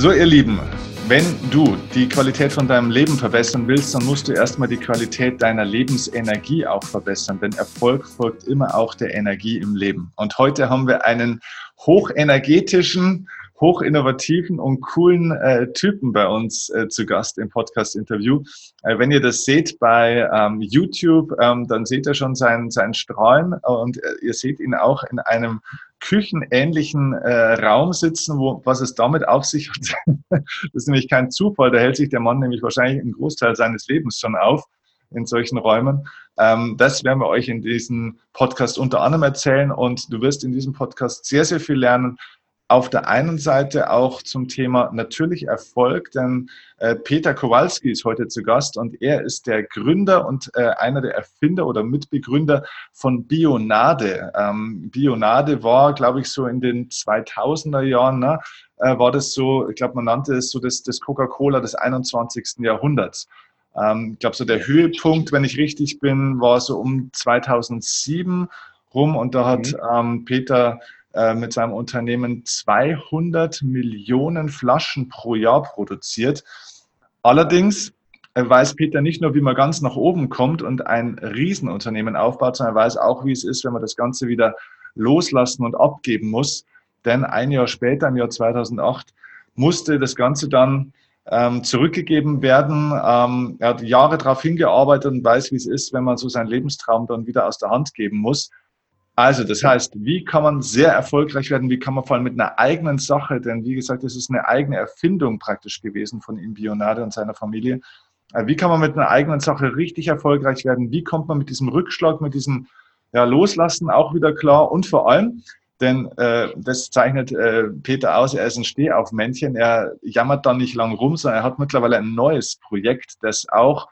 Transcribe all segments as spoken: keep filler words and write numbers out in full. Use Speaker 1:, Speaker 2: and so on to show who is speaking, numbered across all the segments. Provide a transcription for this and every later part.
Speaker 1: So, ihr Lieben, wenn du die Qualität von deinem Leben verbessern willst, dann musst du erstmal die Qualität deiner Lebensenergie auch verbessern, denn Erfolg folgt immer auch der Energie im Leben. Und heute haben wir einen hochenergetischen, hochinnovativen und coolen äh, Typen bei uns äh, zu Gast im Podcast-Interview. Äh, wenn ihr das seht bei ähm, YouTube, ähm, dann seht ihr schon seinen, seinen Strahlen und äh, ihr seht ihn auch in einem küchenähnlichen äh, Raum sitzen, wo was es damit auf sich hat. Das ist nämlich kein Zufall, da hält sich der Mann nämlich wahrscheinlich einen Großteil seines Lebens schon auf in solchen Räumen. Ähm, das werden wir euch in diesem Podcast unter anderem erzählen und du wirst in diesem Podcast sehr, sehr viel lernen. Auf der einen Seite auch zum Thema natürlich Erfolg, denn äh, Peter Kowalski ist heute zu Gast und er ist der Gründer und äh, einer der Erfinder oder Mitbegründer von Bionade. Ähm, Bionade war, glaube ich, so in den zweitausender Jahren, ne, äh, war das so, ich glaube, man nannte es so das, das Coca-Cola des einundzwanzigsten Jahrhunderts. Ähm, ich glaube, so der Höhepunkt, wenn ich richtig bin, war so um zweitausendsieben rum und da hat ähm, Peter mit seinem Unternehmen zweihundert Millionen Flaschen pro Jahr produziert. Allerdings weiß Peter nicht nur, wie man ganz nach oben kommt und ein Riesenunternehmen aufbaut, sondern er weiß auch, wie es ist, wenn man das Ganze wieder loslassen und abgeben muss. Denn ein Jahr später, im Jahr zweitausendacht, musste das Ganze dann ähm, zurückgegeben werden. Ähm, er hat Jahre darauf hingearbeitet und weiß, wie es ist, wenn man so seinen Lebenstraum dann wieder aus der Hand geben muss. Also, das heißt, wie kann man sehr erfolgreich werden? Wie kann man vor allem mit einer eigenen Sache, denn wie gesagt, das ist eine eigene Erfindung praktisch gewesen von ihm, Bionade und seiner Familie. Wie kann man mit einer eigenen Sache richtig erfolgreich werden? Wie kommt man mit diesem Rückschlag, mit diesem ja, Loslassen auch wieder klar? Und vor allem, denn äh, das zeichnet äh, Peter aus, er ist ein Stehaufmännchen, er jammert da nicht lang rum, sondern er hat mittlerweile ein neues Projekt, das auch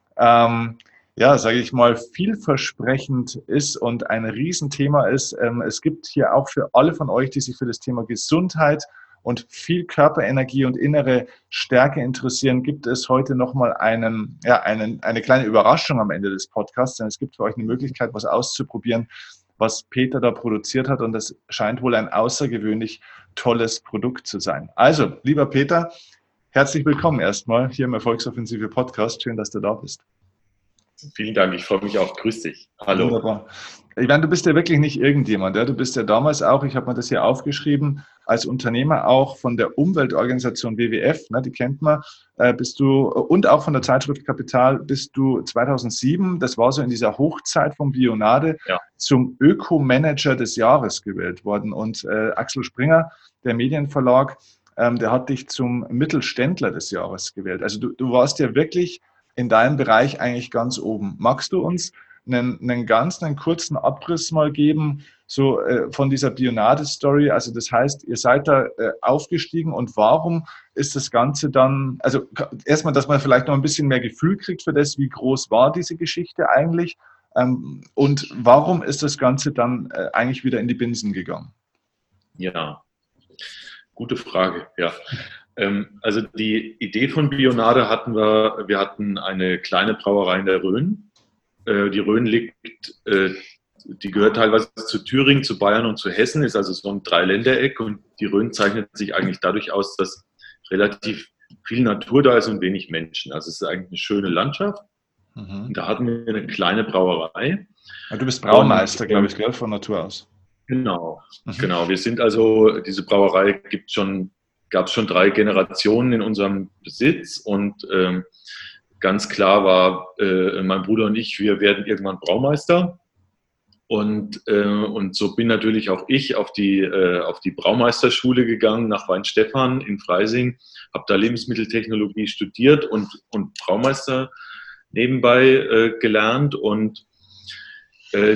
Speaker 1: ähm, ja, sage ich mal, vielversprechend ist und ein Riesenthema ist. Ähm, es gibt hier auch für alle von euch, die sich für das Thema Gesundheit und viel Körperenergie und innere Stärke interessieren, gibt es heute nochmal einen, ja, einen, eine kleine Überraschung am Ende des Podcasts, denn es gibt für euch eine Möglichkeit, was auszuprobieren, was Peter da produziert hat und das scheint wohl ein außergewöhnlich tolles Produkt zu sein. Also, lieber Peter, herzlich willkommen erstmal hier im Erfolgsoffensive Podcast. Schön, dass du da bist.
Speaker 2: Vielen Dank, ich freue mich auch. Grüß dich. Hallo.
Speaker 1: Wunderbar. Ich meine, du bist ja wirklich nicht irgendjemand. Ja? Du bist ja damals auch, ich habe mir das hier aufgeschrieben, als Unternehmer auch von der Umweltorganisation W W F, ne, die kennt man, äh, bist du, und auch von der Zeitschrift Kapital, bist du zweitausendsieben, das war so in dieser Hochzeit von Bionade, ja, zum Öko-Manager des Jahres gewählt worden. Und äh, Axel Springer, der Medienverlag, ähm, der hat dich zum Mittelständler des Jahres gewählt. Also du, du warst ja wirklich in deinem Bereich eigentlich ganz oben. Magst du uns einen, einen ganz einen kurzen Abriss mal geben, so äh, von dieser Bionade-Story? Also das heißt, ihr seid da äh, aufgestiegen und warum ist das Ganze dann, also erstmal, dass man vielleicht noch ein bisschen mehr Gefühl kriegt für das, wie groß war diese Geschichte eigentlich ähm, und warum ist das Ganze dann äh, eigentlich wieder in die Binsen gegangen?
Speaker 2: Ja, gute Frage, ja. Also die Idee von Bionade hatten wir, wir hatten eine kleine Brauerei in der Rhön. Die Rhön liegt, die gehört teilweise zu Thüringen, zu Bayern und zu Hessen, ist also so ein Dreiländereck und die Rhön zeichnet sich eigentlich dadurch aus, dass relativ viel Natur da ist und wenig Menschen. Also es ist eigentlich eine schöne Landschaft. Mhm. Und da hatten wir eine kleine Brauerei.
Speaker 1: Ja, du bist Braumeister, glaube ich, gell, von Natur aus.
Speaker 2: Genau, mhm. genau. Wir sind also, diese Brauerei gibt schon gab es schon drei Generationen in unserem Besitz und ähm, ganz klar war, äh, mein Bruder und ich, wir werden irgendwann Braumeister und, äh, und so bin natürlich auch ich auf die, äh, auf die Braumeisterschule gegangen nach Weinstefan in Freising, habe da Lebensmitteltechnologie studiert und, und Braumeister nebenbei äh, gelernt und äh,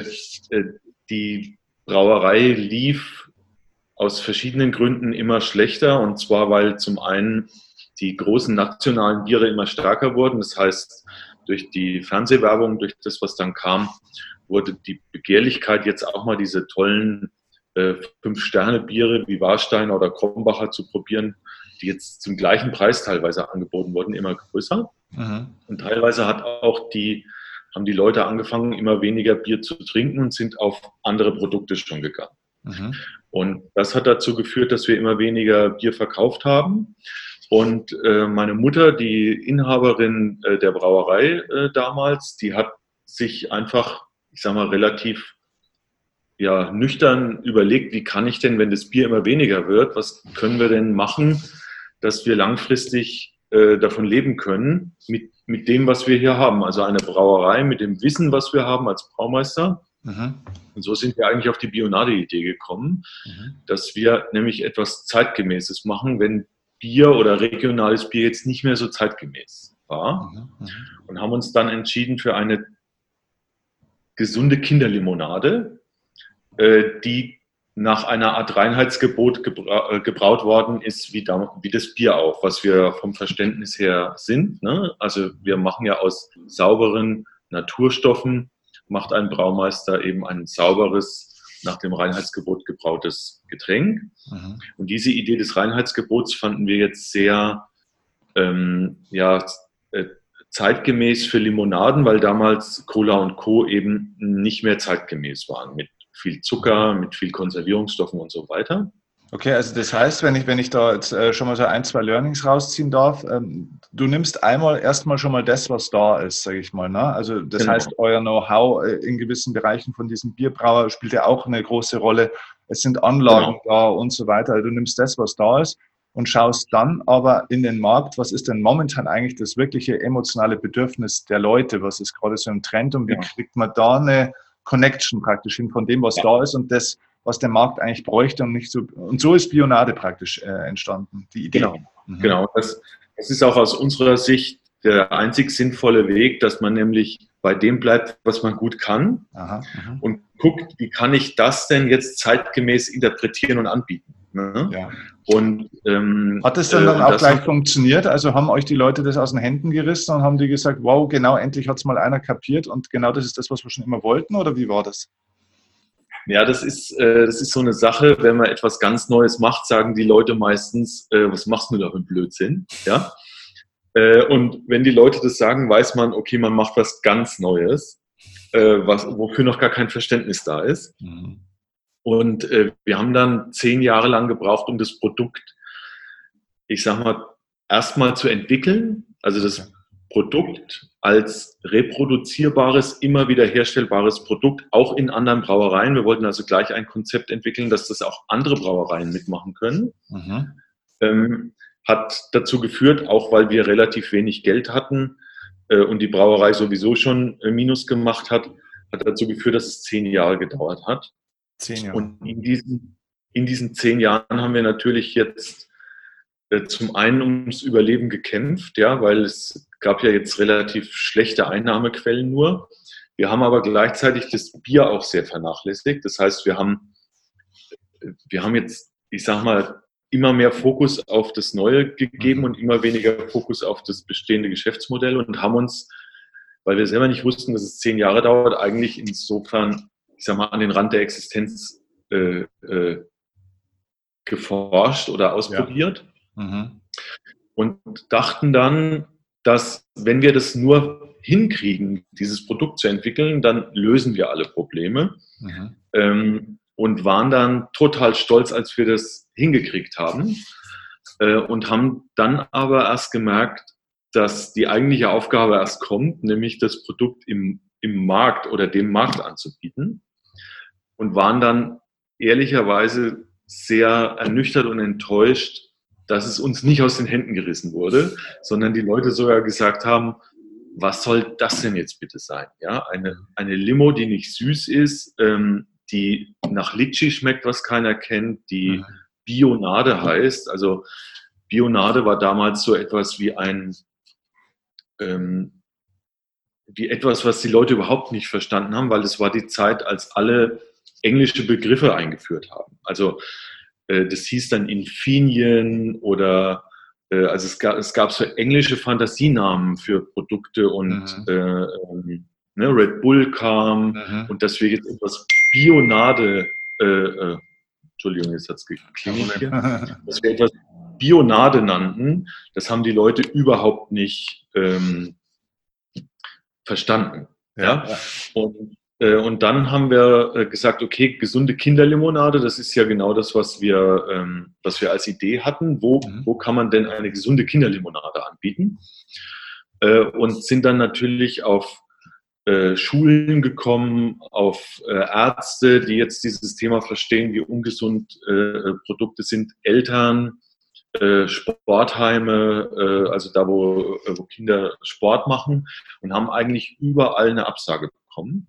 Speaker 2: die Brauerei lief aus verschiedenen Gründen immer schlechter und zwar, weil zum einen die großen nationalen Biere immer stärker wurden. Das heißt, durch die Fernsehwerbung, durch das, was dann kam, wurde die Begehrlichkeit, jetzt auch mal diese tollen äh, Fünf-Sterne-Biere wie Warstein oder Krombacher zu probieren, die jetzt zum gleichen Preis teilweise angeboten wurden, immer größer. Mhm. Und teilweise hat auch die, haben die Leute angefangen, immer weniger Bier zu trinken und sind auf andere Produkte schon gegangen. Mhm. Und das hat dazu geführt, dass wir immer weniger Bier verkauft haben. Und äh, meine Mutter, die Inhaberin äh, der Brauerei äh, damals, die hat sich einfach, ich sag mal, relativ ja, nüchtern überlegt, wie kann ich denn, wenn das Bier immer weniger wird, was können wir denn machen, dass wir langfristig äh, davon leben können, mit, mit dem, was wir hier haben. Also eine Brauerei mit dem Wissen, was wir haben als Braumeister. Mhm. Und so sind wir eigentlich auf die Bionade-Idee gekommen, mhm. dass wir nämlich etwas Zeitgemäßes machen, wenn Bier oder regionales Bier jetzt nicht mehr so zeitgemäß war. Mhm. Und haben uns dann entschieden für eine gesunde Kinderlimonade, äh, die nach einer Art Reinheitsgebot gebra- gebraut worden ist, wie, da, wie das Bier auch, was wir vom Verständnis her sind. Ne? Also wir machen ja aus sauberen Naturstoffen, macht ein Braumeister eben ein sauberes, nach dem Reinheitsgebot gebrautes Getränk. Mhm. Und diese Idee des Reinheitsgebots fanden wir jetzt sehr ähm, ja, äh, zeitgemäß für Limonaden, weil damals Cola und Co. eben nicht mehr zeitgemäß waren, mit viel Zucker, mit viel Konservierungsstoffen und so weiter.
Speaker 1: Okay, also das heißt, wenn ich, wenn ich da jetzt äh, schon mal so ein, zwei Learnings rausziehen darf, ähm, du nimmst einmal erstmal schon mal das, was da ist, sage ich mal. Ne? Also das genau. heißt, euer Know-how äh, in gewissen Bereichen von diesem Bierbrauer spielt ja auch eine große Rolle. Es sind Anlagen genau. da und so weiter. Also du nimmst das, was da ist und schaust dann aber in den Markt, was ist denn momentan eigentlich das wirkliche emotionale Bedürfnis der Leute? Was ist gerade so im Trend und wie ja. kriegt man da eine Connection praktisch hin von dem, was ja. da ist und das, was der Markt eigentlich bräuchte und nicht so. Und so ist Bionade praktisch äh, entstanden, die Idee.
Speaker 2: Genau, mhm. genau. Das, das ist auch aus unserer Sicht der einzig sinnvolle Weg, dass man nämlich bei dem bleibt, was man gut kann. Aha, und guckt, wie kann ich das denn jetzt zeitgemäß interpretieren und anbieten. Ne?
Speaker 1: Ja.
Speaker 2: Und, ähm,
Speaker 1: hat es dann, äh, dann auch gleich funktioniert? Also haben euch die Leute das aus den Händen gerissen und haben die gesagt, wow, genau, endlich hat es mal einer kapiert und genau das ist das, was wir schon immer wollten, oder wie war das?
Speaker 2: Ja, das ist, äh, das ist so eine Sache, wenn man etwas ganz Neues macht, sagen die Leute meistens, äh, was machst du da für ein Blödsinn? Ja? Äh, und wenn die Leute das sagen, weiß man, okay, man macht was ganz Neues, äh, was, wofür noch gar kein Verständnis da ist. Mhm. Und äh, wir haben dann zehn Jahre lang gebraucht, um das Produkt, ich sag mal, erstmal zu entwickeln, also das Produkt als reproduzierbares, immer wieder herstellbares Produkt, auch in anderen Brauereien. Wir wollten also gleich ein Konzept entwickeln, dass das auch andere Brauereien mitmachen können. Mhm. Ähm, hat dazu geführt, auch weil wir relativ wenig Geld hatten äh, und die Brauerei sowieso schon äh, Minus gemacht hat, hat dazu geführt, dass es zehn Jahre gedauert hat.
Speaker 1: Zehn Jahre.
Speaker 2: Und in diesen, in diesen zehn Jahren haben wir natürlich jetzt äh, zum einen ums Überleben gekämpft, ja, weil es gab ja jetzt relativ schlechte Einnahmequellen nur. Wir haben aber gleichzeitig das Bier auch sehr vernachlässigt. Das heißt, wir haben, wir haben jetzt, ich sag mal, immer mehr Fokus auf das Neue gegeben mhm. und immer weniger Fokus auf das bestehende Geschäftsmodell und haben uns, weil wir selber nicht wussten, dass es zehn Jahre dauert, eigentlich insofern, ich sag mal, an den Rand der Existenz äh, äh, geforscht oder ausprobiert. Ja. Mhm. Und dachten dann, dass wenn wir das nur hinkriegen, dieses Produkt zu entwickeln, dann lösen wir alle Probleme. Mhm. Ähm, und waren dann total stolz, als wir das hingekriegt haben. Äh, und haben dann aber erst gemerkt, dass die eigentliche Aufgabe erst kommt, nämlich das Produkt im, im Markt oder dem Markt anzubieten. Und waren dann ehrlicherweise sehr ernüchtert und enttäuscht, dass es uns nicht aus den Händen gerissen wurde, sondern die Leute sogar gesagt haben, was soll das denn jetzt bitte sein? Ja, eine, eine Limo, die nicht süß ist, ähm, die nach Litschi schmeckt, was keiner kennt, die mhm. Bionade heißt. Also Bionade war damals so etwas wie ein, ähm, wie etwas, was die Leute überhaupt nicht verstanden haben, weil es war die Zeit, als alle englische Begriffe eingeführt haben. Also äh, das hieß dann Infinien oder äh, also es gab, es gab so englische Fantasienamen für Produkte und mhm. äh, ähm, ne, Red Bull kam mhm. und dass wir jetzt etwas Bionade, äh, äh, Entschuldigung, jetzt hat es geklingelt hier, dass wir etwas Bionade nannten, das haben die Leute überhaupt nicht ähm, verstanden. Ja. Ja? Und äh, und dann haben wir äh, gesagt, okay, gesunde Kinderlimonade, das ist ja genau das, was wir, ähm, was wir als Idee hatten. Wo,
Speaker 1: Mhm.
Speaker 2: wo kann man denn eine gesunde Kinderlimonade anbieten? Äh, und sind dann natürlich auf äh, Schulen gekommen, auf äh, Ärzte, die jetzt dieses Thema verstehen, wie ungesund äh, Produkte sind, Eltern, äh, Sportheime, äh, also da, wo, wo Kinder Sport machen, und haben eigentlich überall eine Absage bekommen.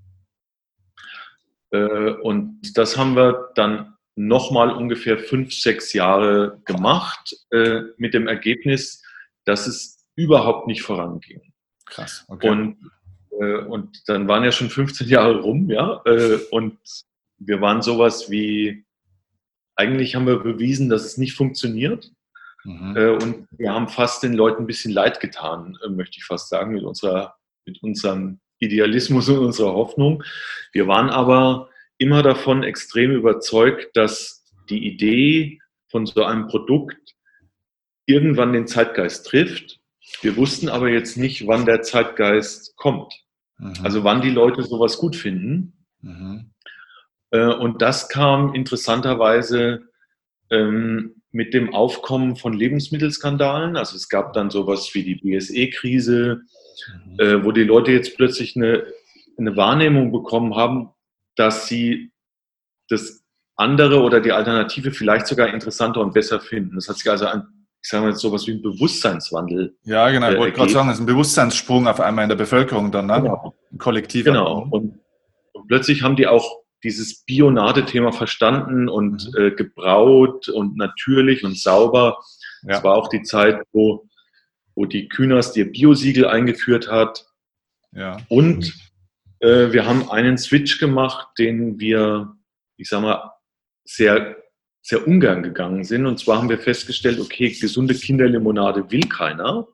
Speaker 2: Äh, und das haben wir dann nochmal ungefähr fünf, sechs Jahre gemacht, äh, mit dem Ergebnis, dass es überhaupt nicht voranging.
Speaker 1: Krass, okay.
Speaker 2: Und, äh, und dann waren ja schon fünfzehn Jahre rum, ja, äh, und wir waren sowas wie, eigentlich haben wir bewiesen, dass es nicht funktioniert.
Speaker 1: Mhm.
Speaker 2: Äh, und wir haben fast den Leuten ein bisschen leid getan, äh, möchte ich fast sagen, mit, unserer, mit unserem Idealismus und unserer Hoffnung. Wir waren aber immer davon extrem überzeugt, dass die Idee von so einem Produkt irgendwann den Zeitgeist trifft. Wir wussten aber jetzt nicht, wann der Zeitgeist kommt. Mhm. Also wann die Leute sowas gut finden. Mhm. Äh, und das kam interessanterweise ähm, mit dem Aufkommen von Lebensmittelskandalen. Also es gab dann sowas wie die B S E-Krise, mhm. äh, wo die Leute jetzt plötzlich eine, eine Wahrnehmung bekommen haben, dass sie das andere oder die Alternative vielleicht sogar interessanter und besser finden. Das hat sich also ein, ich sage mal jetzt sowas wie ein Bewusstseinswandel.
Speaker 1: Ja, genau. Ich
Speaker 2: äh,
Speaker 1: wollte gerade sagen, das ist ein Bewusstseinssprung auf einmal in der Bevölkerung dann, ne?
Speaker 2: Genau.
Speaker 1: Ein kollektiver.
Speaker 2: Genau. Und, und plötzlich haben die auch dieses Bionade-Thema verstanden und mhm. äh, gebraut und natürlich und sauber. Ja. Das war auch die Zeit, wo, wo die Künast ihr Biosiegel eingeführt hat.
Speaker 1: Ja.
Speaker 2: Und äh, wir haben einen Switch gemacht, den wir, ich sag mal, sehr, sehr ungern gegangen sind. Und zwar haben wir festgestellt, okay, gesunde Kinderlimonade will keiner.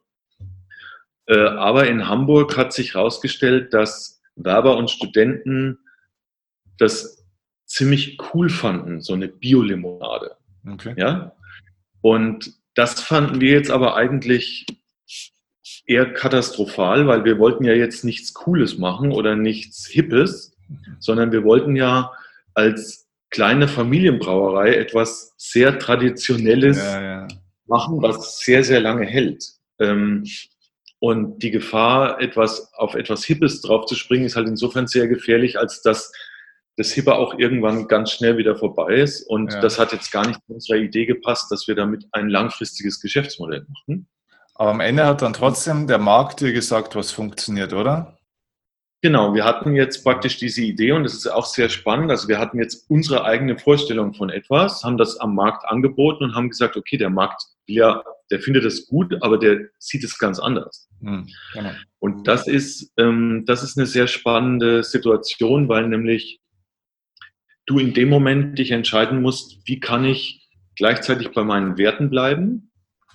Speaker 2: Äh, aber in Hamburg hat sich herausgestellt, dass Werber und Studenten das ziemlich cool fanden, so eine Bio-Limonade.
Speaker 1: Okay.
Speaker 2: Ja? Und das fanden wir jetzt aber eigentlich eher katastrophal, weil wir wollten ja jetzt nichts Cooles machen oder nichts Hippes, mhm. sondern wir wollten ja als kleine Familienbrauerei etwas sehr Traditionelles
Speaker 1: ja, ja.
Speaker 2: machen, was sehr, sehr lange hält. Ähm, und die Gefahr, etwas auf etwas Hippes draufzuspringen, ist halt insofern sehr gefährlich, als dass das Hippe auch irgendwann ganz schnell wieder vorbei ist. Und ja. das hat jetzt gar nicht zu unserer Idee gepasst, dass wir damit ein langfristiges Geschäftsmodell machen.
Speaker 1: Aber am Ende hat dann trotzdem der Markt dir gesagt, was funktioniert, oder?
Speaker 2: Genau, wir hatten jetzt praktisch diese Idee und das ist auch sehr spannend. Also wir hatten jetzt unsere eigene Vorstellung von etwas, haben das am Markt angeboten und haben gesagt, okay, der Markt, ja, der findet es gut, aber der sieht es ganz anders. Mhm, genau. Und das ist, ähm, das ist eine sehr spannende Situation, weil nämlich du in dem Moment dich entscheiden musst, wie kann ich gleichzeitig bei meinen Werten bleiben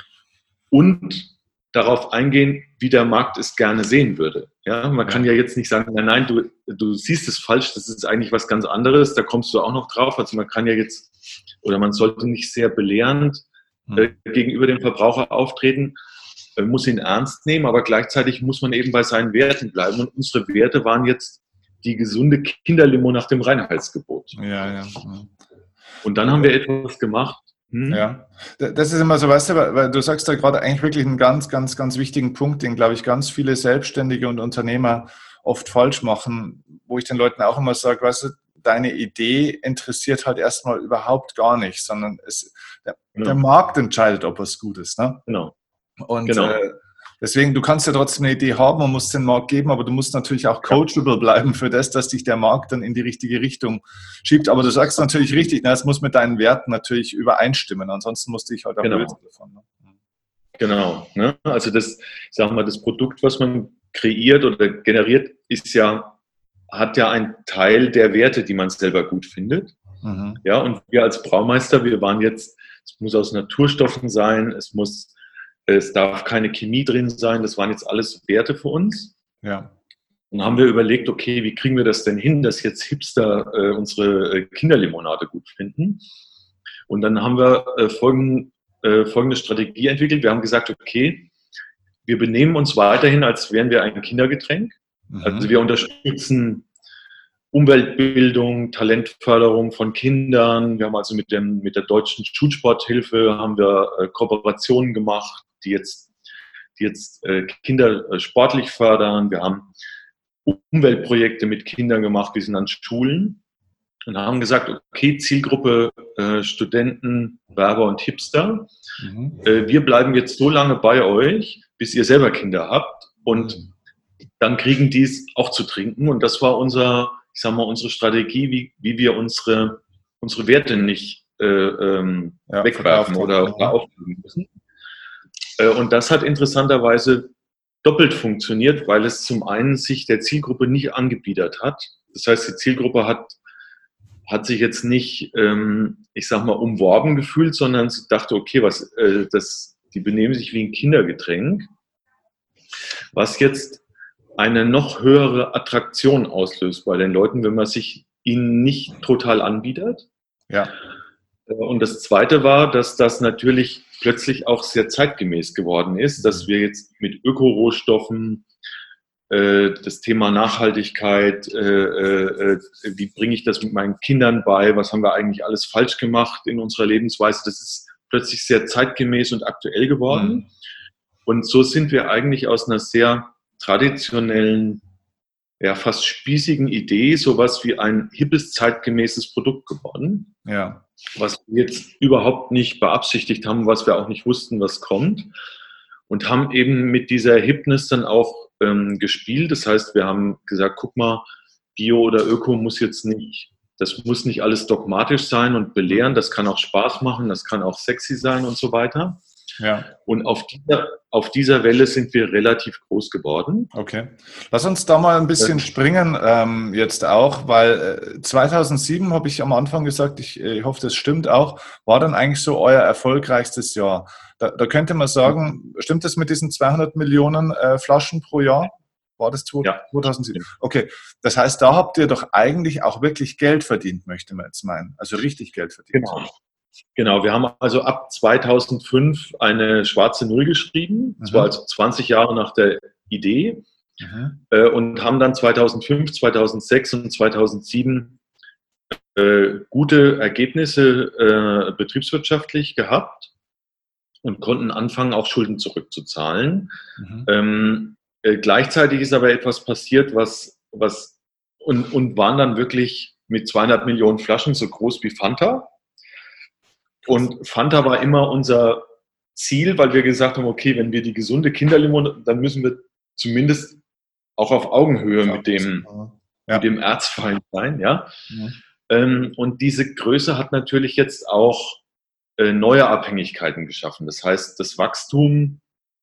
Speaker 2: und darauf eingehen, wie der Markt es gerne sehen würde. Ja, man ja. kann ja jetzt nicht sagen, nein, nein, du, du siehst es falsch, das ist eigentlich was ganz anderes, da kommst du auch noch drauf. Also man kann ja jetzt, oder man sollte nicht sehr belehrend hm. äh, gegenüber dem Verbraucher auftreten, äh, muss ihn ernst nehmen, aber gleichzeitig muss man eben bei seinen Werten bleiben. Und unsere Werte waren jetzt die gesunde Kinderlimo nach dem Reinheitsgebot.
Speaker 1: Ja, ja. ja.
Speaker 2: Und dann haben wir etwas gemacht.
Speaker 1: Hm? Ja, das ist immer so, weißt du, weil du sagst da gerade eigentlich wirklich einen ganz, ganz, ganz wichtigen Punkt, den, glaube ich, ganz viele Selbstständige und Unternehmer oft falsch machen, wo ich den Leuten auch immer sage, weißt du, deine Idee interessiert halt erstmal überhaupt gar nicht, sondern es, der, genau. der Markt entscheidet, ob was gut ist. Ne?
Speaker 2: Genau.
Speaker 1: Und
Speaker 2: genau.
Speaker 1: Äh, deswegen, du kannst ja trotzdem eine Idee haben, man muss den Markt geben, aber du musst natürlich auch coachable bleiben für das, dass dich der Markt dann in die richtige Richtung schiebt. Aber du sagst natürlich richtig, ne, es muss mit deinen Werten natürlich übereinstimmen, ansonsten musst du dich halt auch
Speaker 2: genau.
Speaker 1: lösen davon. Ne?
Speaker 2: Genau. Ne? Also das, ich sag mal, das Produkt, was man kreiert oder generiert, ist ja, hat ja einen Teil der Werte, die man selber gut findet. Mhm. Ja, und wir als Braumeister, wir waren jetzt, es muss aus Naturstoffen sein, es muss Es darf keine Chemie drin sein. Das waren jetzt alles Werte für uns.
Speaker 1: Ja.
Speaker 2: Und haben wir überlegt, okay, wie kriegen wir das denn hin, dass jetzt Hipster äh, unsere Kinderlimonade gut finden? Und dann haben wir äh, folgend, äh, folgende Strategie entwickelt. Wir haben gesagt, okay, wir benehmen uns weiterhin, als wären wir ein Kindergetränk. Mhm. Also wir unterstützen Umweltbildung, Talentförderung von Kindern. Wir haben also mit, dem, mit der Deutschen Schulsporthilfe haben wir äh, Kooperationen gemacht, die jetzt, die jetzt äh, Kinder äh, sportlich fördern. Wir haben Umweltprojekte mit Kindern gemacht, die sind an Schulen und haben gesagt, okay, Zielgruppe äh, Studenten, Werber und Hipster. Mhm. Äh, wir bleiben jetzt so lange bei euch, bis ihr selber Kinder habt und mhm. dann kriegen die es auch zu trinken. Und das war unser, ich sag mal, unsere Strategie, wie, wie wir unsere, unsere Werte nicht äh, ähm, ja, wegwerfen oder, oder aufgeben müssen. Äh, und das hat interessanterweise doppelt funktioniert, weil es zum einen sich der Zielgruppe nicht angebiedert hat. Das heißt, die Zielgruppe hat, hat sich jetzt nicht, ähm, ich sag mal, umworben gefühlt, sondern sie dachte, okay, was, äh, das, die benehmen sich wie ein Kindergetränk, was jetzt eine noch höhere Attraktion auslöst bei den Leuten, wenn man sich ihnen nicht total anbietet.
Speaker 1: Ja.
Speaker 2: Und das Zweite war, dass das natürlich plötzlich auch sehr zeitgemäß geworden ist, dass wir jetzt mit Ökorohstoffen, äh, das Thema Nachhaltigkeit, äh, äh, wie bringe ich das mit meinen Kindern bei, was haben wir eigentlich alles falsch gemacht in unserer Lebensweise, das ist plötzlich sehr zeitgemäß und aktuell geworden. Mhm. Und so sind wir eigentlich aus einer sehr traditionellen, ja fast spießigen Idee, sowas wie ein hippes, zeitgemäßes Produkt geworden.
Speaker 1: Ja.
Speaker 2: Was wir jetzt überhaupt nicht beabsichtigt haben, was wir auch nicht wussten, was kommt. Und haben eben mit dieser Hipness dann auch ähm, gespielt. Das heißt, wir haben gesagt, guck mal, Bio oder Öko muss jetzt nicht, das muss nicht alles dogmatisch sein und belehren, das kann auch Spaß machen, das kann auch sexy sein und so weiter.
Speaker 1: Ja.
Speaker 2: Und auf dieser, auf dieser Welle sind wir relativ groß geworden.
Speaker 1: Okay. Lass uns da mal ein bisschen springen ähm, jetzt auch, weil äh, zweitausendsieben habe ich am Anfang gesagt, ich, ich hoffe, das stimmt auch, war dann eigentlich so euer erfolgreichstes Jahr. Da, da könnte man sagen, stimmt das mit diesen zweihundert Millionen äh, Flaschen pro Jahr? War das zweitausendsieben? Ja. Okay, das heißt, da habt ihr doch eigentlich auch wirklich Geld verdient, möchte man jetzt meinen. Also richtig Geld verdient.
Speaker 2: Genau. Genau, wir haben also ab zweitausendfünf eine schwarze Null geschrieben. Das mhm. war also zwanzig Jahre nach der Idee. Mhm. Äh, und haben dann zweitausendfünf, zweitausendsechs und zweitausendsieben äh, gute Ergebnisse äh, betriebswirtschaftlich gehabt und konnten anfangen, auch Schulden zurückzuzahlen. Mhm. Ähm, äh, gleichzeitig ist aber etwas passiert, was, was und, und waren dann wirklich mit zweihundert Millionen Flaschen so groß wie Fanta. Und Fanta war immer unser Ziel, weil wir gesagt haben, okay, wenn wir die gesunde Kinderlimonade, dann müssen wir zumindest auch auf Augenhöhe ja, mit dem, ja. mit dem Erzfeind sein. Ja? Ja. Ähm, und diese Größe hat natürlich jetzt auch äh, neue Abhängigkeiten geschaffen. Das heißt, das Wachstum,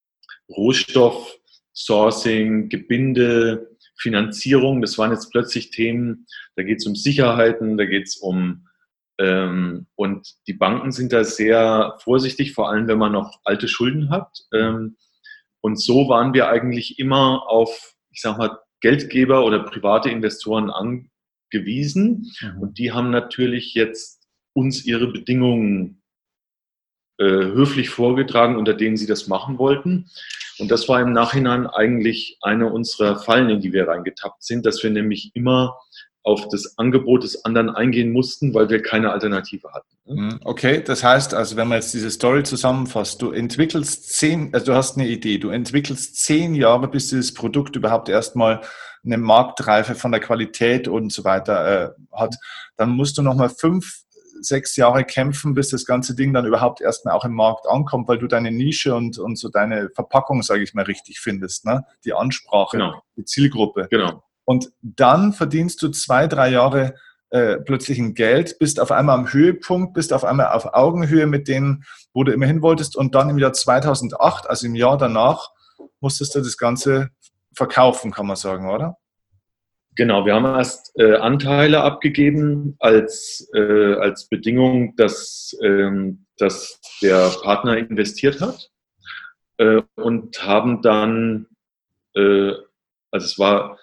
Speaker 2: Rohstoff, Sourcing, Gebinde, Finanzierung, das waren jetzt plötzlich Themen, da geht es um Sicherheiten, da geht es um Ähm, und die Banken sind da sehr vorsichtig, vor allem wenn man noch alte Schulden hat. Ähm, und so waren wir eigentlich immer auf, ich sag mal, Geldgeber oder private Investoren angewiesen. Mhm. Und die haben natürlich jetzt uns ihre Bedingungen äh, höflich vorgetragen, unter denen sie das machen wollten. Und das war im Nachhinein eigentlich eine unserer Fallen, in die wir reingetappt sind, dass wir nämlich immer auf das Angebot des anderen eingehen mussten, weil wir keine Alternative hatten.
Speaker 1: Okay, das heißt, also wenn man jetzt diese Story zusammenfasst, du entwickelst zehn, also du hast eine Idee, du entwickelst zehn Jahre, bis dieses Produkt überhaupt erstmal eine Marktreife von der Qualität und so weiter äh, hat. Dann musst du nochmal fünf, sechs Jahre kämpfen, bis das ganze Ding dann überhaupt erstmal auch im Markt ankommt, weil du deine Nische und, und so deine Verpackung, sage ich mal, richtig findest, ne? Die Ansprache, genau. Die Zielgruppe.
Speaker 2: Genau.
Speaker 1: Und dann verdienst du zwei, drei Jahre äh, plötzlich ein Geld, bist auf einmal am Höhepunkt, bist auf einmal auf Augenhöhe mit denen, wo du immer hin wolltest. Und dann im Jahr zweitausendacht, also im Jahr danach, musstest du das Ganze verkaufen, kann man sagen, oder?
Speaker 2: Genau, wir haben erst äh, Anteile abgegeben als, äh, als Bedingung, dass, ähm, dass der Partner investiert hat äh, und haben dann, äh, also es war...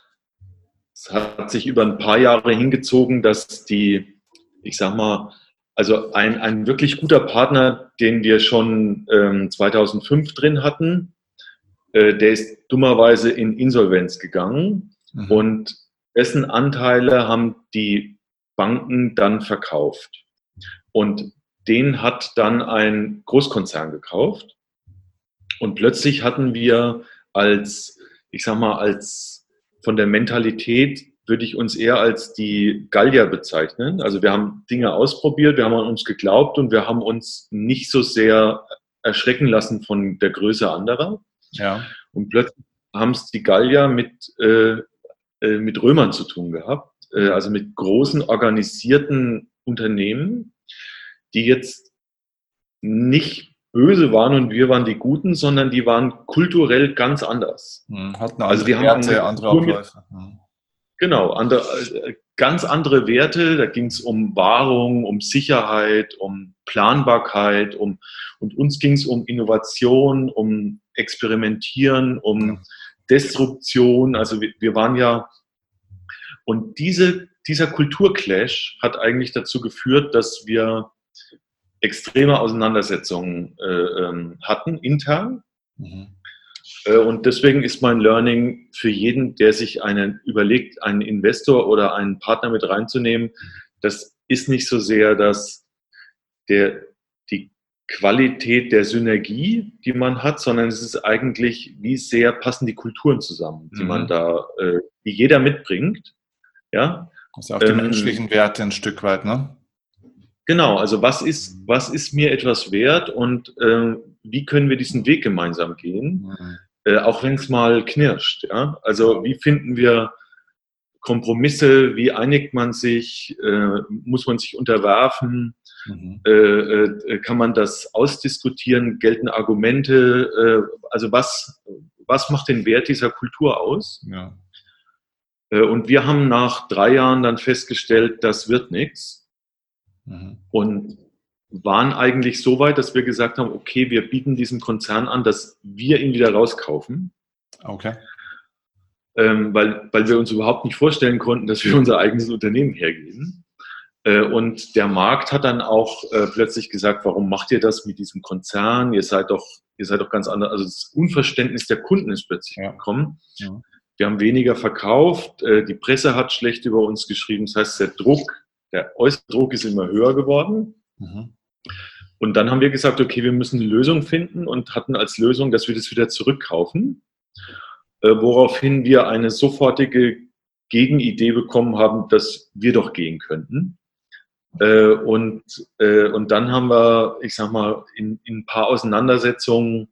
Speaker 2: Es hat sich über ein paar Jahre hingezogen, dass die, ich sag mal, also ein, ein wirklich guter Partner, den wir schon ähm, zweitausendfünf drin hatten, äh, der ist dummerweise in Insolvenz gegangen. Mhm. Und dessen Anteile haben die Banken dann verkauft. Und den hat dann ein Großkonzern gekauft. Und plötzlich hatten wir als, ich sag mal, als von der Mentalität würde ich uns eher als die Gallier bezeichnen. Also wir haben Dinge ausprobiert, wir haben an uns geglaubt und wir haben uns nicht so sehr erschrecken lassen von der Größe anderer.
Speaker 1: Ja.
Speaker 2: Und plötzlich haben es die Gallier mit, äh, äh, mit Römern zu tun gehabt, äh, also mit großen organisierten Unternehmen, die jetzt nicht böse waren und wir waren die Guten, sondern die waren kulturell ganz anders.
Speaker 1: Hm, hatten andere
Speaker 2: also die
Speaker 1: Werte,
Speaker 2: haben
Speaker 1: andere Abläufe.
Speaker 2: Mit, genau, andere, ganz andere Werte. Da ging es um Wahrung, um Sicherheit, um Planbarkeit, um, und uns ging es um Innovation, um Experimentieren, um Destruktion. Also wir, wir waren ja, und diese, dieser Kulturclash hat eigentlich dazu geführt, dass wir extreme Auseinandersetzungen äh, ähm, hatten, intern. Mhm. Äh, und deswegen ist mein Learning für jeden, der sich einen überlegt, einen Investor oder einen Partner mit reinzunehmen, das ist nicht so sehr, dass der, die Qualität der Synergie, die man hat, sondern es ist eigentlich, wie sehr passen die Kulturen zusammen, die mhm. man da, äh, die jeder mitbringt. Ja?
Speaker 1: Also auch die ähm, menschlichen Werte ein Stück weit, ne?
Speaker 2: Genau, also was ist, was ist mir etwas wert und äh, wie können wir diesen Weg gemeinsam gehen, mhm. äh, auch wenn es mal knirscht. Ja? Also wie finden wir Kompromisse, wie einigt man sich, äh, muss man sich unterwerfen, mhm. äh, äh, kann man das ausdiskutieren, gelten Argumente, äh, also was, was macht den Wert dieser Kultur aus?
Speaker 1: Ja.
Speaker 2: Äh, und wir haben nach drei Jahren dann festgestellt, das wird nichts. Mhm. Und waren eigentlich so weit, dass wir gesagt haben, okay, wir bieten diesem Konzern an, dass wir ihn wieder rauskaufen.
Speaker 1: Okay.
Speaker 2: Ähm, weil, weil wir uns überhaupt nicht vorstellen konnten, dass wir unser eigenes Unternehmen hergeben. Äh, und der Markt hat dann auch äh, plötzlich gesagt, warum macht ihr das mit diesem Konzern? Ihr seid doch, ihr seid doch ganz anders. Also das Unverständnis der Kunden ist plötzlich ja. gekommen. Ja. Wir haben weniger verkauft. Äh, die Presse hat schlecht über uns geschrieben. Das heißt, der Druck Der äußere Druck ist immer höher geworden. Mhm. Und dann haben wir gesagt, okay, wir müssen eine Lösung finden und hatten als Lösung, dass wir das wieder zurückkaufen, äh, woraufhin wir eine sofortige Gegenidee bekommen haben, dass wir doch gehen könnten. Äh, und, äh, und dann haben wir, ich sag mal, in, in ein paar Auseinandersetzungen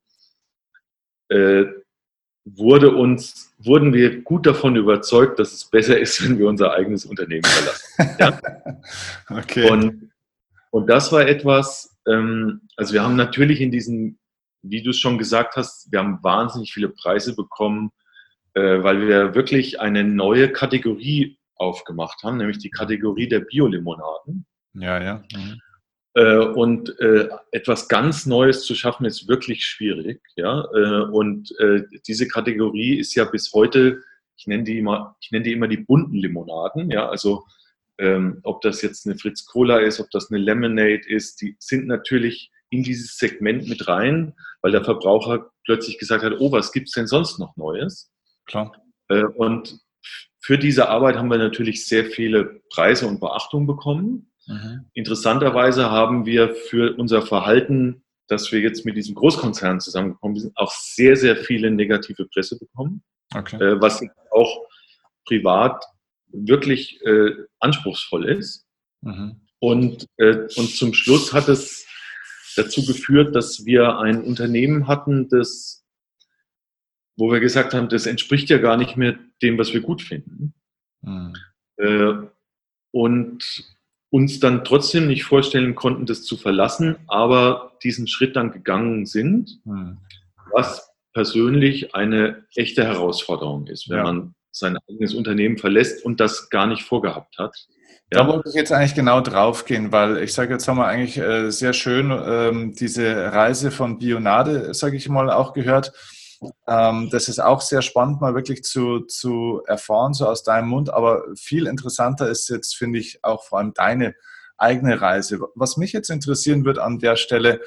Speaker 2: äh, wurde uns, wurden wir gut davon überzeugt, dass es besser ist, wenn wir unser eigenes Unternehmen verlassen. Ja?
Speaker 1: Okay.
Speaker 2: Und, und das war etwas, ähm, also wir haben natürlich in diesen, wie du es schon gesagt hast, wir haben wahnsinnig viele Preise bekommen, äh, weil wir wirklich eine neue Kategorie aufgemacht haben, nämlich die Kategorie der Biolimonaden.
Speaker 1: Ja, ja. Mhm.
Speaker 2: Und äh, etwas ganz Neues zu schaffen, ist wirklich schwierig. Ja? Äh, und äh, diese Kategorie ist ja bis heute, ich nenne die immer, ich nenne die immer die bunten Limonaden. Ja? Also ähm, ob das jetzt eine Fritz Cola ist, ob das eine Lemonade ist, die sind natürlich in dieses Segment mit rein, weil der Verbraucher plötzlich gesagt hat, oh, was gibt's denn sonst noch Neues?
Speaker 1: Klar.
Speaker 2: Äh, und für diese Arbeit haben wir natürlich sehr viele Preise und Beachtung bekommen. Mhm. Interessanterweise haben wir für unser Verhalten, dass wir jetzt mit diesem Großkonzern zusammengekommen sind, auch sehr, sehr viele negative Presse bekommen,
Speaker 1: okay.
Speaker 2: äh, was auch privat wirklich äh, anspruchsvoll ist. Mhm. Und, äh, und zum Schluss hat es dazu geführt, dass wir ein Unternehmen hatten, das, wo wir gesagt haben, das entspricht ja gar nicht mehr dem, was wir gut finden. Mhm. Äh, und uns dann trotzdem nicht vorstellen konnten, das zu verlassen, aber diesen Schritt dann gegangen sind, hm. was persönlich eine echte Herausforderung ist, wenn ja. man sein eigenes Unternehmen verlässt und das gar nicht vorgehabt hat.
Speaker 1: Ja? Da wollte ich jetzt eigentlich genau drauf gehen, weil ich sage, jetzt haben wir eigentlich äh, sehr schön ähm, diese Reise von Bionade, sage ich mal, auch gehört. Ähm, das ist auch sehr spannend, mal wirklich zu, zu erfahren, so aus deinem Mund. Aber viel interessanter ist jetzt, finde ich, auch vor allem deine eigene Reise. Was mich jetzt interessieren wird an der Stelle,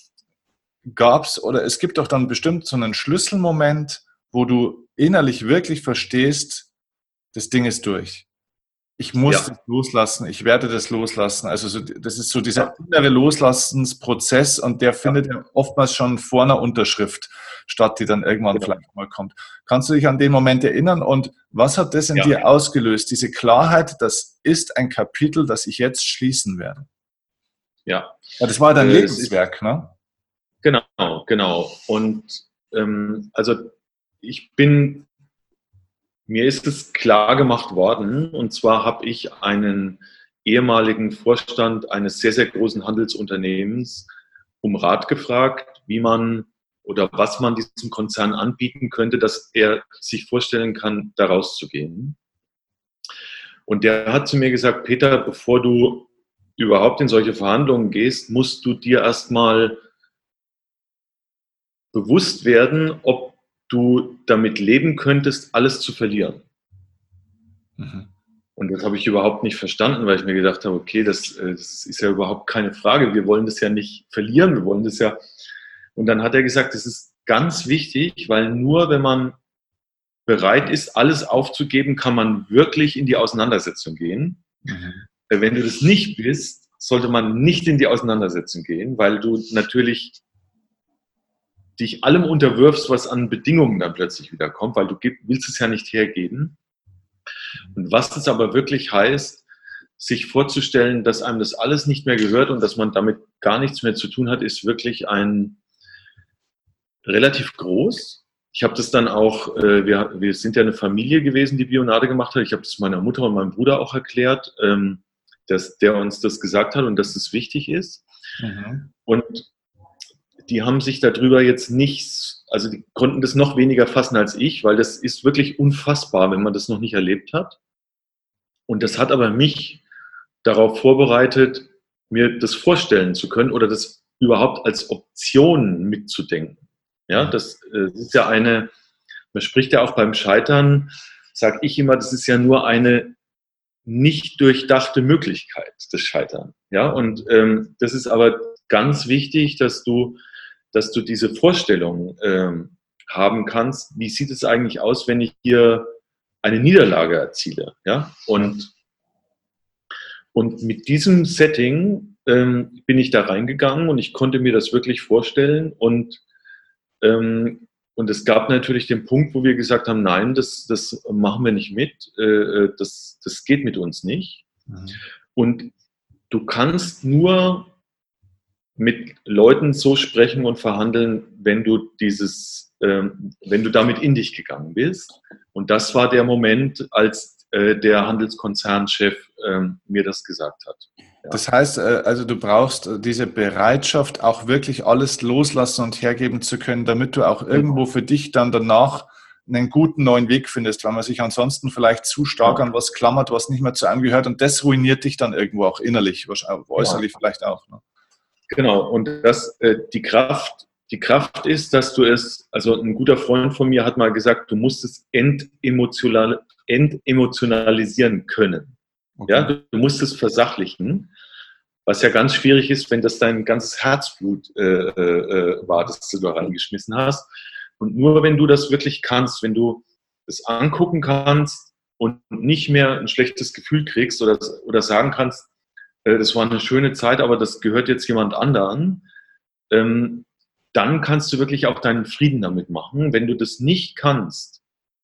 Speaker 1: gab es oder es gibt doch dann bestimmt so einen Schlüsselmoment, wo du innerlich wirklich verstehst, das Ding ist durch. Ich muss
Speaker 2: Ja.
Speaker 1: das loslassen, ich werde das loslassen. Also so, das ist so dieser innere Loslassensprozess und der findet ja oftmals schon vor einer Unterschrift statt, die dann irgendwann
Speaker 2: Genau.
Speaker 1: vielleicht mal kommt. Kannst du dich an den Moment erinnern und was hat das in
Speaker 2: Ja.
Speaker 1: dir ausgelöst? Diese Klarheit, das ist ein Kapitel, das ich jetzt schließen werde.
Speaker 2: Ja.
Speaker 1: Ja, das war dein
Speaker 2: Äh,
Speaker 1: Lebenswerk, ne?
Speaker 2: Genau, genau. Und ähm, also ich bin, mir ist es klar gemacht worden, und zwar habe ich einen ehemaligen Vorstand eines sehr, sehr großen Handelsunternehmens um Rat gefragt, wie man oder was man diesem Konzern anbieten könnte, dass er sich vorstellen kann, da rauszugehen. Und der hat zu mir gesagt, Peter, bevor du überhaupt in solche Verhandlungen gehst, musst du dir erstmal bewusst werden, ob du damit leben könntest, alles zu verlieren. Mhm. Und das habe ich überhaupt nicht verstanden, weil ich mir gedacht habe, okay, das, das ist ja überhaupt keine Frage. Wir wollen das ja nicht verlieren, wir wollen das ja. Und dann hat er gesagt, das ist ganz wichtig, weil nur wenn man bereit ist, alles aufzugeben, kann man wirklich in die Auseinandersetzung gehen. Mhm. Wenn du das nicht bist, sollte man nicht in die Auseinandersetzung gehen, weil du natürlich dich allem unterwirfst, was an Bedingungen dann plötzlich wieder kommt, weil du willst es ja nicht hergeben. Und was das aber wirklich heißt, sich vorzustellen, dass einem das alles nicht mehr gehört und dass man damit gar nichts mehr zu tun hat, ist wirklich ein relativ groß. Ich habe das dann auch, äh, wir, wir sind ja eine Familie gewesen, die Bionade gemacht hat. Ich habe das meiner Mutter und meinem Bruder auch erklärt, ähm, dass der uns das gesagt hat und dass das wichtig ist. Mhm. Und die haben sich darüber jetzt nicht, also die konnten das noch weniger fassen als ich, weil das ist wirklich unfassbar, wenn man das noch nicht erlebt hat. Und das hat aber mich darauf vorbereitet, mir das vorstellen zu können oder das überhaupt als Option mitzudenken. Ja, das, das ist ja eine, man spricht ja auch beim Scheitern, sage ich immer, das ist ja nur eine nicht durchdachte Möglichkeit, das Scheitern. Ja, und ähm, das ist aber ganz wichtig, dass du dass du diese Vorstellung ähm, haben kannst, wie sieht es eigentlich aus, wenn ich hier eine Niederlage erziele. Ja? Und, und mit diesem Setting ähm, bin ich da reingegangen und ich konnte mir das wirklich vorstellen. Und, ähm, und es gab natürlich den Punkt, wo wir gesagt haben, nein, das, das machen wir nicht mit, äh, das, das geht mit uns nicht. Mhm. Und du kannst nur mit Leuten so sprechen und verhandeln, wenn du dieses, ähm, wenn du damit in dich gegangen bist. Und das war der Moment, als äh, der Handelskonzernchef ähm, mir das gesagt hat. Ja.
Speaker 1: Das heißt, äh, also du brauchst äh, diese Bereitschaft, auch wirklich alles loslassen und hergeben zu können, damit du auch irgendwo für dich dann danach einen guten neuen Weg findest, weil man sich ansonsten vielleicht zu stark ja. an was klammert, was nicht mehr zu einem gehört. Und das ruiniert dich dann irgendwo auch innerlich, wahrscheinlich, äußerlich ja. vielleicht auch. Ne?
Speaker 2: Genau, und das, äh, die Kraft, die Kraft ist, dass du es, also ein guter Freund von mir hat mal gesagt, du musst es entemotional, entemotionalisieren können. Okay. Ja, du, du musst es versachlichen, was ja ganz schwierig ist, wenn das dein ganzes Herzblut äh, äh, war, das du da reingeschmissen hast. Und nur wenn du das wirklich kannst, wenn du es angucken kannst und nicht mehr ein schlechtes Gefühl kriegst oder, oder sagen kannst, das war eine schöne Zeit, aber das gehört jetzt jemand anderen, ähm, dann kannst du wirklich auch deinen Frieden damit machen. Wenn du das nicht kannst,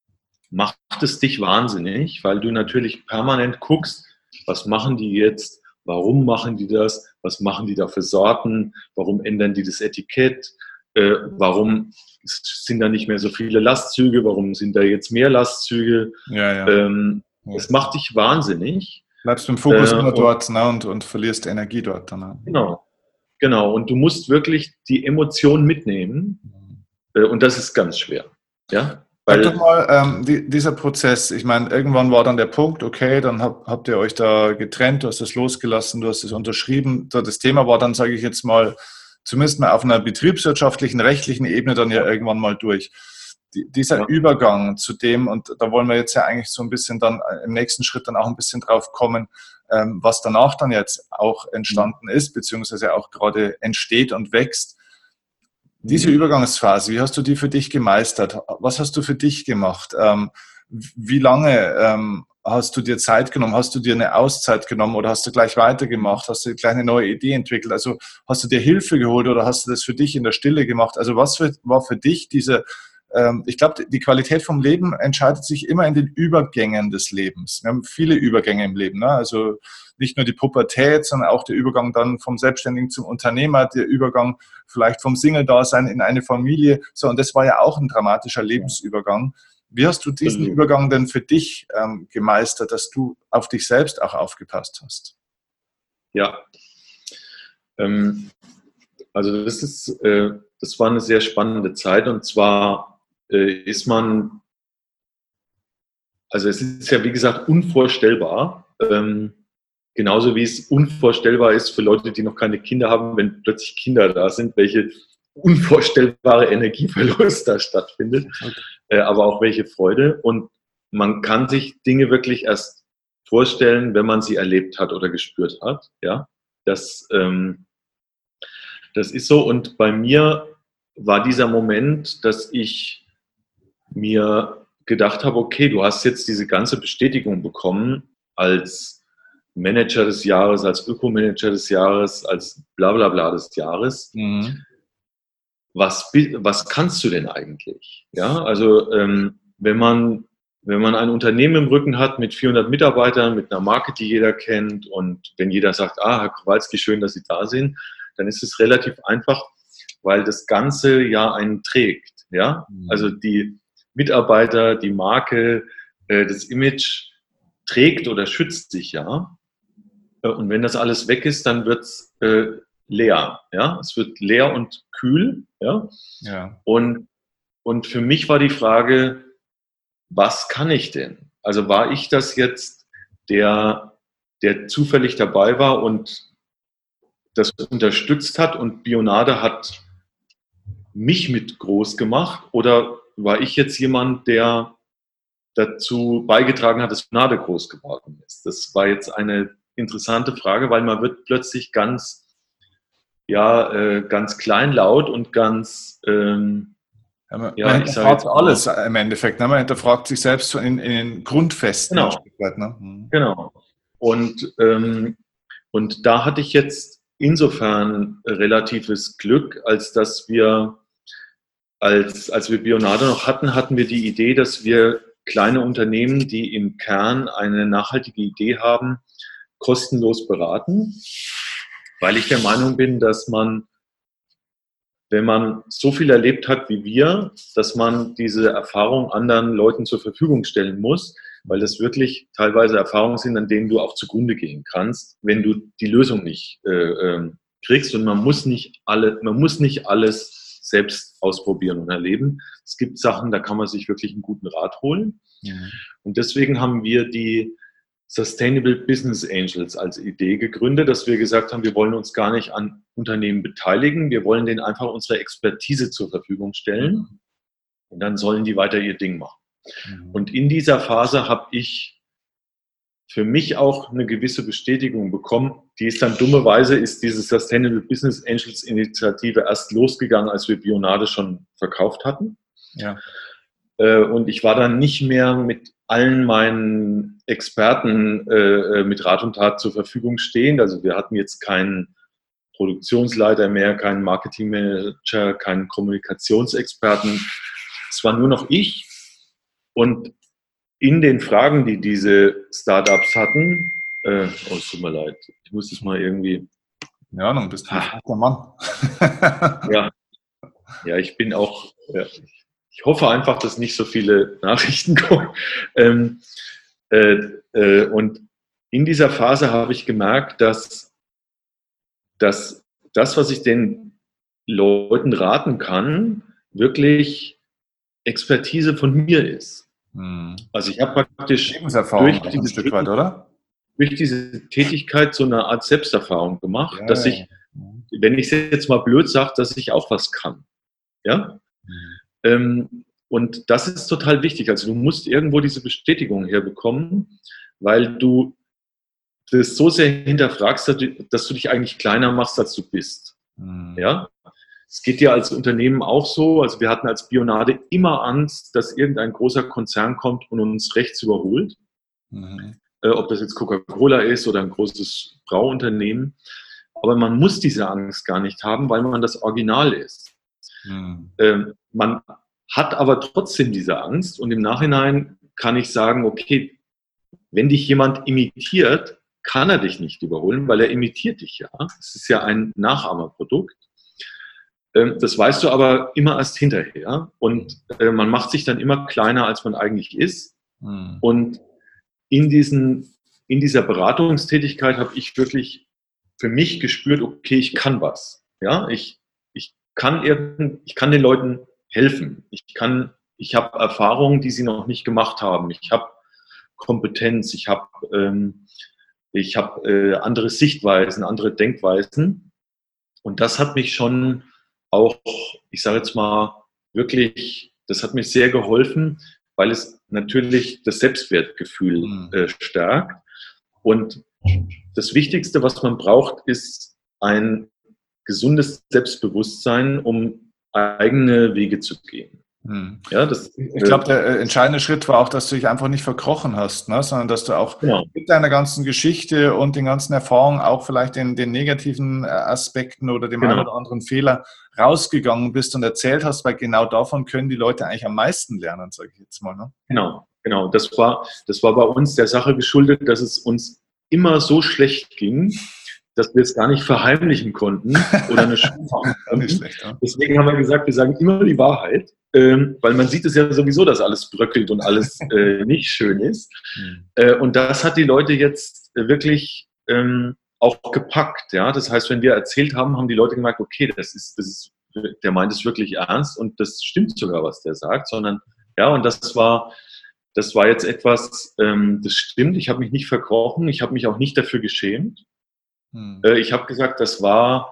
Speaker 2: macht es dich wahnsinnig, weil du natürlich permanent guckst, was machen die jetzt, warum machen die das, was machen die da für Sorten, warum ändern die das Etikett, äh, warum sind da nicht mehr so viele Lastzüge, warum sind da jetzt mehr Lastzüge. Ja, ja. Ähm, ja. Es macht dich wahnsinnig.
Speaker 1: Bleibst mit dem Fokus äh, immer dort ne, und, und verlierst Energie dort. Dann, ne?
Speaker 2: Genau, genau. Und du musst wirklich die Emotionen mitnehmen äh, und das ist ganz schwer. Ja?
Speaker 1: Sag doch mal, ähm, die, dieser Prozess, ich meine, irgendwann war dann der Punkt, okay, dann hab, habt ihr euch da getrennt, du hast es losgelassen, du hast es unterschrieben. Das Thema war dann, sage ich jetzt mal, zumindest mal auf einer betriebswirtschaftlichen, rechtlichen Ebene dann ja irgendwann mal durch. Die, dieser ja. Übergang zu dem, und da wollen wir jetzt ja eigentlich so ein bisschen dann im nächsten Schritt dann auch ein bisschen drauf kommen, ähm, was danach dann jetzt auch entstanden ist, beziehungsweise auch gerade entsteht und wächst. Diese Übergangsphase, wie hast du die für dich gemeistert? Was hast du für dich gemacht? Ähm, wie lange ähm, hast du dir Zeit genommen? Hast du dir eine Auszeit genommen oder hast du gleich weitergemacht? Hast du gleich eine neue Idee entwickelt? Also hast du dir Hilfe geholt oder hast du das für dich in der Stille gemacht? Also was für, war für dich diese, ähm, ich glaube, die Qualität vom Leben entscheidet sich immer in den Übergängen des Lebens. Wir haben viele Übergänge im Leben, ne? Also nicht nur die Pubertät, sondern auch der Übergang dann vom Selbstständigen zum Unternehmer, der Übergang vielleicht vom Single-Dasein in eine Familie. So, und das war ja auch ein dramatischer Lebensübergang. Wie hast du diesen Übergang denn für dich ähm, gemeistert, dass du auf dich selbst auch aufgepasst hast?
Speaker 2: Ja, ähm, also das ist, äh, das war eine sehr spannende Zeit, und zwar äh, ist man, also es ist ja wie gesagt unvorstellbar, ähm, genauso wie es unvorstellbar ist für Leute, die noch keine Kinder haben, wenn plötzlich Kinder da sind, welche unvorstellbare Energieverlust da stattfindet, äh, aber auch welche Freude. Und man kann sich Dinge wirklich erst vorstellen, wenn man sie erlebt hat oder gespürt hat. Ja, das, ähm, das ist so. Und bei mir war dieser Moment, dass ich mir gedacht habe, okay, du hast jetzt diese ganze Bestätigung bekommen als Manager des Jahres, als Ökomanager des Jahres, als Blablabla des Jahres. Mhm. Was, was kannst du denn eigentlich? Ja, also ähm, wenn man, wenn man ein Unternehmen im Rücken hat mit vierhundert Mitarbeitern, mit einer Marke, die jeder kennt, und wenn jeder sagt, ah, Herr Kowalski, schön, dass Sie da sind, dann ist es relativ einfach, weil das Ganze ja einen trägt. Ja, mhm. Also die Mitarbeiter, die Marke, äh, das Image trägt oder schützt sich ja. Und wenn das alles weg ist, dann wird es äh, leer. Ja? Es wird leer und kühl. Ja? Ja. Und, und für mich war die Frage, was kann ich denn? Also war ich das jetzt, der, der zufällig dabei war und das unterstützt hat und Bionade hat mich mit groß gemacht? Oder war ich jetzt jemand, der dazu beigetragen hat, dass Bionade groß geworden ist? Das war jetzt eine interessante Frage, weil man wird plötzlich ganz, ja, äh, ganz kleinlaut und ganz, ähm,
Speaker 1: ja, man, ja, man hinterfragt jetzt, alles im Endeffekt. Ne? Man hinterfragt sich selbst so in, in den Grundfesten.
Speaker 2: Genau. Weit, ne? mhm. Genau. Und, ähm, und da hatte ich jetzt insofern relatives Glück, als dass wir, als, als wir Bionade noch hatten, hatten wir die Idee, dass wir kleine Unternehmen, die im Kern eine nachhaltige Idee haben, kostenlos beraten, weil ich der Meinung bin, dass man, wenn man so viel erlebt hat wie wir, dass man diese Erfahrung anderen Leuten zur Verfügung stellen muss, weil das wirklich teilweise Erfahrungen sind, an denen du auch zugrunde gehen kannst, wenn du die Lösung nicht äh, äh, kriegst. Und man muss nicht alle, man muss nicht alles selbst ausprobieren und erleben. Es gibt Sachen, da kann man sich wirklich einen guten Rat holen. Ja. Und deswegen haben wir die Sustainable Business Angels als Idee gegründet, dass wir gesagt haben, wir wollen uns gar nicht an Unternehmen beteiligen, wir wollen denen einfach unsere Expertise zur Verfügung stellen und dann sollen die weiter ihr Ding machen. Mhm. Und in dieser Phase habe ich für mich auch eine gewisse Bestätigung bekommen. Die ist dann dummerweise, ist diese Sustainable Business Angels Initiative erst losgegangen, als wir Bionade schon verkauft hatten. Ja. Und ich war dann nicht mehr mit allen meinen Experten äh, mit Rat und Tat zur Verfügung stehend. Also wir hatten jetzt keinen Produktionsleiter mehr, keinen Marketingmanager, keinen Kommunikationsexperten. Es war nur noch ich. Und in den Fragen, die diese Startups hatten, äh, oh, es tut mir leid, ich muss das mal irgendwie...
Speaker 1: Ja, dann bist du ein guter Mann.
Speaker 2: ja. ja, ich bin auch... Ja, ich hoffe einfach, dass nicht so viele Nachrichten kommen. Ähm, äh, äh, und in dieser Phase habe ich gemerkt, dass, dass das, was ich den Leuten raten kann, wirklich Expertise von mir ist. Hm. Also ich habe praktisch durch diese,
Speaker 1: ein Stück weit, oder?
Speaker 2: durch diese Tätigkeit so eine Art Selbsterfahrung gemacht, ja, dass ich, wenn ich es jetzt mal blöd sage, dass ich auch was kann. Ja? Hm. Und das ist total wichtig. Also du musst irgendwo diese Bestätigung herbekommen, weil du das so sehr hinterfragst, dass du dich eigentlich kleiner machst, als du bist. Mhm. Ja? es geht ja als Unternehmen auch so. Also wir hatten als Bionade immer Angst, dass irgendein großer Konzern kommt und uns rechts überholt. Mhm. Äh, ob das jetzt Coca-Cola ist oder ein großes Brauunternehmen. Aber man muss diese Angst gar nicht haben, weil man das Original ist. Mhm. Ähm, man hat aber trotzdem diese Angst und im Nachhinein kann ich sagen, okay, wenn dich jemand imitiert, kann er dich nicht überholen, weil er imitiert dich ja. Es ist ja ein Nachahmerprodukt. Ähm, das weißt du aber immer erst hinterher und äh, man macht sich dann immer kleiner, als man eigentlich ist. Mhm. Und in, diesen, in dieser Beratungstätigkeit habe ich wirklich für mich gespürt, okay, ich kann was. Ja, ich, ich, kann, irgend, ich kann den Leuten helfen. Ich, kann, ich habe Erfahrungen, die sie noch nicht gemacht haben. Ich habe Kompetenz, ich habe ähm, ich hab, äh, andere Sichtweisen, andere Denkweisen. Und das hat mich schon auch, ich sage jetzt mal, wirklich, das hat mir sehr geholfen, weil es natürlich das Selbstwertgefühl äh, stärkt. Und das Wichtigste, was man braucht, ist ein gesundes Selbstbewusstsein, um eigene Wege zu gehen.
Speaker 1: Hm. Ja, das, ich glaube, der äh, entscheidende Schritt war auch, dass du dich einfach nicht verkrochen hast, ne? Sondern dass du auch genau. mit deiner ganzen Geschichte und den ganzen Erfahrungen auch vielleicht den, den negativen Aspekten oder dem genau. einen oder anderen Fehler rausgegangen bist und erzählt hast, weil genau davon können die Leute eigentlich am meisten lernen, sage ich jetzt mal. Ne?
Speaker 2: Genau, genau. Das war, das war bei uns der Sache geschuldet, dass es uns immer so schlecht ging, dass wir es gar nicht verheimlichen konnten oder eine Schule machen konnten. Schlecht, ja. Deswegen haben wir gesagt, wir sagen immer die Wahrheit, ähm, weil man sieht es ja sowieso, dass alles bröckelt und alles äh, nicht schön ist. Mhm. Äh, und das hat die Leute jetzt wirklich ähm, auch gepackt. Ja? Das heißt, wenn wir erzählt haben, haben die Leute gemerkt, okay, das ist, das ist, der meint es wirklich ernst und das stimmt sogar, was der sagt, sondern ja, und das war, das war jetzt etwas, ähm, das stimmt, ich habe mich nicht verkrochen, ich habe mich auch nicht dafür geschämt. Hm. Äh, ich habe gesagt, das war,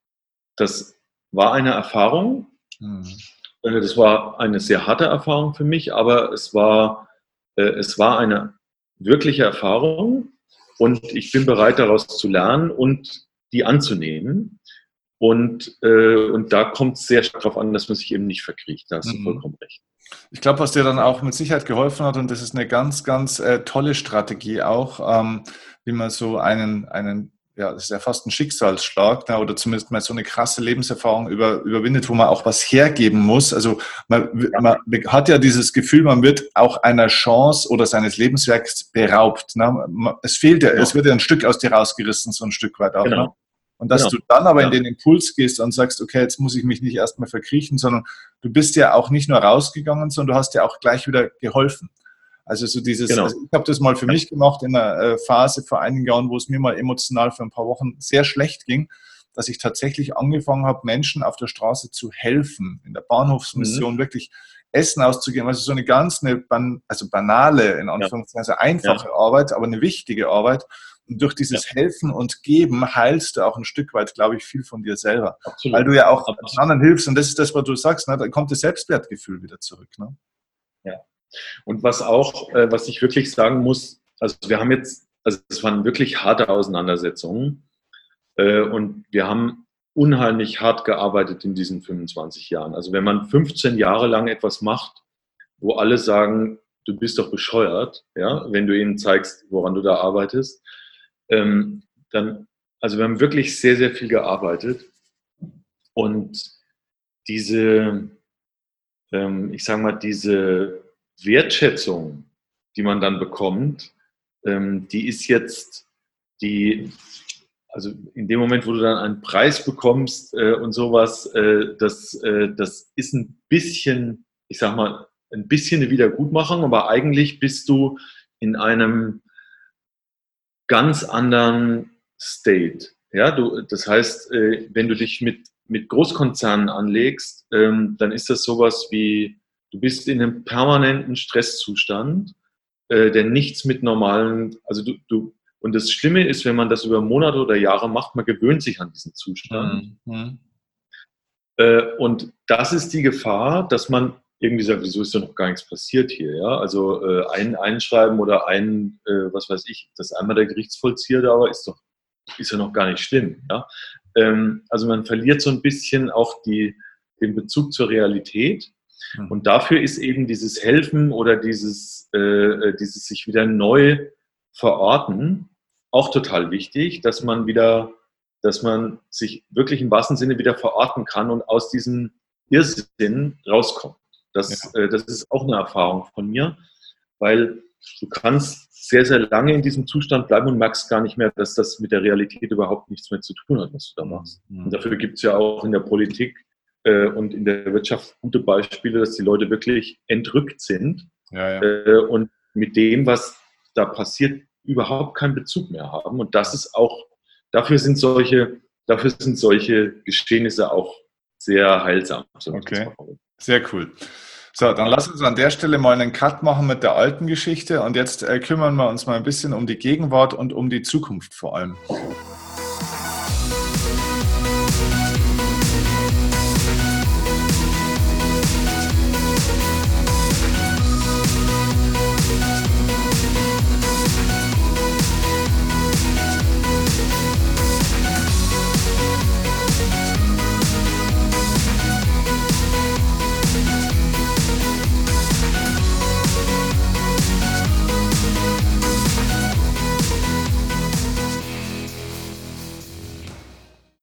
Speaker 2: das war eine Erfahrung, hm. äh, das war eine sehr harte Erfahrung für mich, aber es war, äh, es war eine wirkliche Erfahrung und ich bin bereit, daraus zu lernen und die anzunehmen. Und, äh, und da kommt es sehr stark darauf an, dass man sich eben nicht verkriecht. Da hast du mhm. vollkommen recht.
Speaker 1: Ich glaube, was dir dann auch mit Sicherheit geholfen hat, und das ist eine ganz, ganz äh, tolle Strategie auch, ähm, wie man so einen, einen, ja, das ist ja fast ein Schicksalsschlag, ne, oder zumindest mal so eine krasse Lebenserfahrung über, überwindet, wo man auch was hergeben muss. Also man, ja. man hat ja dieses Gefühl, man wird auch einer Chance oder seines Lebenswerks beraubt. Ne? Es fehlt ja, genau. Es wird ja ein Stück aus dir rausgerissen, so ein Stück weit auch. Genau. Ne? Und dass genau. du dann aber ja. in den Impuls gehst und sagst, okay, jetzt muss ich mich nicht erstmal verkriechen, sondern du bist ja auch nicht nur rausgegangen, sondern du hast ja auch gleich wieder geholfen. Also so dieses, genau. also ich habe das mal für ja. mich gemacht in einer Phase vor einigen Jahren, wo es mir mal emotional für ein paar Wochen sehr schlecht ging, dass ich tatsächlich angefangen habe, Menschen auf der Straße zu helfen, in der Bahnhofsmission mhm. wirklich Essen auszugeben. Also so eine ganz, eine, also banale, in Anführungszeichen, also einfache ja. Arbeit, aber eine wichtige Arbeit. Und durch dieses ja. Helfen und Geben heilst du auch ein Stück weit, glaube ich, viel von dir selber. Absolut. Weil du ja auch Absolut. anderen hilfst. Und das ist das, was du sagst, ne? Da kommt das Selbstwertgefühl wieder zurück. Ne?
Speaker 2: Ja. Und was auch, äh, was ich wirklich sagen muss, also wir haben jetzt, also es waren wirklich harte Auseinandersetzungen. Äh, und wir haben unheimlich hart gearbeitet in diesen fünfundzwanzig Jahren. Also wenn man fünfzehn Jahre lang etwas macht, wo alle sagen, du bist doch bescheuert, ja, wenn du ihnen zeigst, woran du da arbeitest, ähm, dann, also wir haben wirklich sehr, sehr viel gearbeitet und diese, ähm, ich sage mal, diese Wertschätzung, die man dann bekommt, ähm, die ist jetzt, die, also in dem Moment, wo du dann einen Preis bekommst äh, und sowas, äh, das, äh, das ist ein bisschen, ich sag mal, ein bisschen eine Wiedergutmachung, aber eigentlich bist du in einem ganz anderen State. Ja, du, das heißt, äh, wenn du dich mit, mit Großkonzernen anlegst, ähm, dann ist das sowas wie, du bist in einem permanenten Stresszustand, äh, der nichts mit normalen, also du, du, und das Schlimme ist, wenn man das über Monate oder Jahre macht, man gewöhnt sich an diesen Zustand. Mhm. Äh, und das ist die Gefahr, dass man irgendwie sagt, wieso ist da noch gar nichts passiert hier? Ja? Also äh, ein Einschreiben oder ein, äh, was weiß ich, dass einmal der Gerichtsvollzieher da war, ist doch, ist ja noch gar nicht schlimm. Ja? Ähm, also man verliert so ein bisschen auch die, den Bezug zur Realität. Und dafür ist eben dieses Helfen oder dieses, äh, dieses sich wieder neu verorten auch total wichtig, dass man wieder, dass man sich wirklich im wahrsten Sinne wieder verorten kann und aus diesem Irrsinn rauskommt. Das, ja. äh, das ist auch eine Erfahrung von mir, weil du kannst sehr, sehr lange in diesem Zustand bleiben und merkst gar nicht mehr, dass das mit der Realität überhaupt nichts mehr zu tun hat, was du da machst. Mhm. Und dafür gibt es ja auch in der Politik äh, und in der Wirtschaft gute Beispiele, dass die Leute wirklich entrückt sind ja, ja. Äh, und mit dem, was da passiert, überhaupt keinen Bezug mehr haben. Und das ist auch, dafür sind solche, dafür sind solche Geschehnisse auch sehr heilsam. So
Speaker 1: okay, sehr cool. So, dann lass uns an der Stelle mal einen Cut machen mit der alten Geschichte und jetzt äh, kümmern wir uns mal ein bisschen um die Gegenwart und um die Zukunft vor allem.